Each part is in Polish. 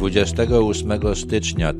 28 stycznia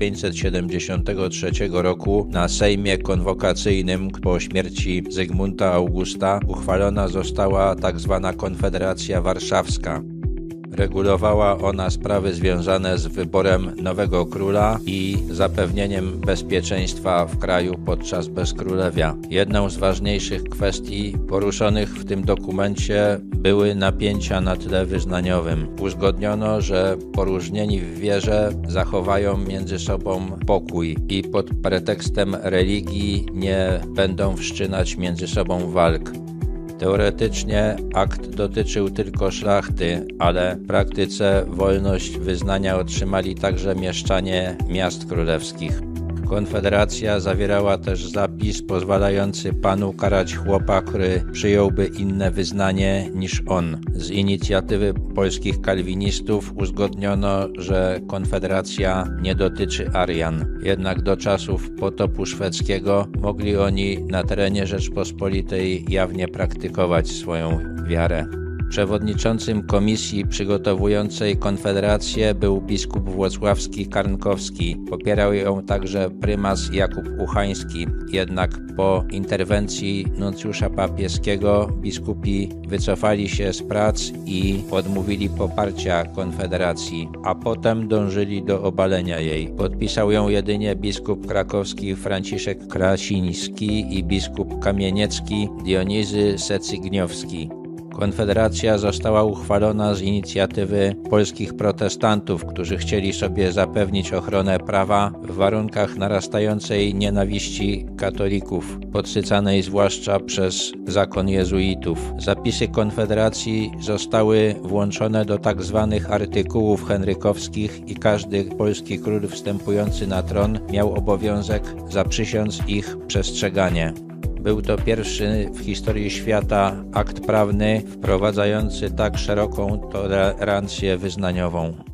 1573 roku na Sejmie Konwokacyjnym po śmierci Zygmunta Augusta uchwalona została tzw. Konfederacja Warszawska. Regulowała ona sprawy związane z wyborem nowego króla i zapewnieniem bezpieczeństwa w kraju podczas bezkrólewia. Jedną z ważniejszych kwestii poruszonych w tym dokumencie były napięcia na tle wyznaniowym. Uzgodniono, że poróżnieni w wierze zachowają między sobą pokój i pod pretekstem religii nie będą wszczynać między sobą walk. Teoretycznie akt dotyczył tylko szlachty, ale w praktyce wolność wyznania otrzymali także mieszczanie miast królewskich. Konfederacja zawierała też zapis pozwalający panu karać chłopa, który przyjąłby inne wyznanie niż on. Z inicjatywy polskich kalwinistów uzgodniono, że Konfederacja nie dotyczy Arian. Jednak do czasów potopu szwedzkiego mogli oni na terenie Rzeczpospolitej jawnie praktykować swoją wiarę. Przewodniczącym komisji przygotowującej Konfederację był biskup włocławski Karnkowski. Popierał ją także prymas Jakub Uchański. Jednak po interwencji nuncjusza papieskiego biskupi wycofali się z prac i odmówili poparcia Konfederacji, a potem dążyli do obalenia jej. Podpisał ją jedynie biskup krakowski Franciszek Krasiński i biskup kamieniecki Dionizy Secygniowski. Konfederacja została uchwalona z inicjatywy polskich protestantów, którzy chcieli sobie zapewnić ochronę prawa w warunkach narastającej nienawiści katolików, podsycanej zwłaszcza przez zakon jezuitów. Zapisy Konfederacji zostały włączone do tzw. artykułów henrykowskich i każdy polski król wstępujący na tron miał obowiązek zaprzysiąc ich przestrzeganie. Był to pierwszy w historii świata akt prawny wprowadzający tak szeroką tolerancję wyznaniową.